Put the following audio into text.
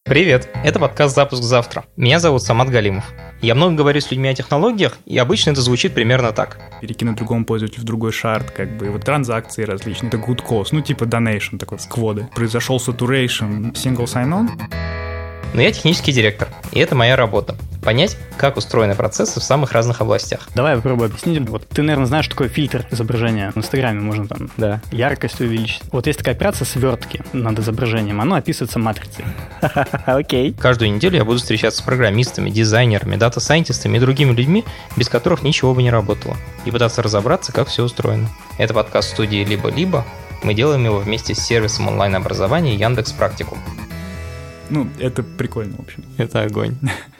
Привет, это подкаст «Запуск завтра». Меня зовут Самат Галимов. Я много говорю с людьми о технологиях, и обычно это звучит примерно так. Перекинуть другому пользователю в другой шард, и вот транзакции различные, это good cause, типа donation, такой скводы. Произошел saturation, single sign-on. Но я технический директор, и это моя работа – понять, как устроены процессы в самых разных областях. Давай я попробую объяснить. Вот ты, наверное, знаешь, что такое фильтр изображения. В Инстаграме можно яркость увеличить. Вот есть такая операция свертки над изображением, оно описывается матрицей. Окей. Каждую неделю я буду встречаться с программистами, дизайнерами, дата-сайентистами и другими людьми, без которых ничего бы не работало, и пытаться разобраться, как все устроено. Это подкаст студии «Либо-либо». Мы делаем его вместе с сервисом онлайн-образования Яндекс.Практикум. Это прикольно, в общем. Это огонь.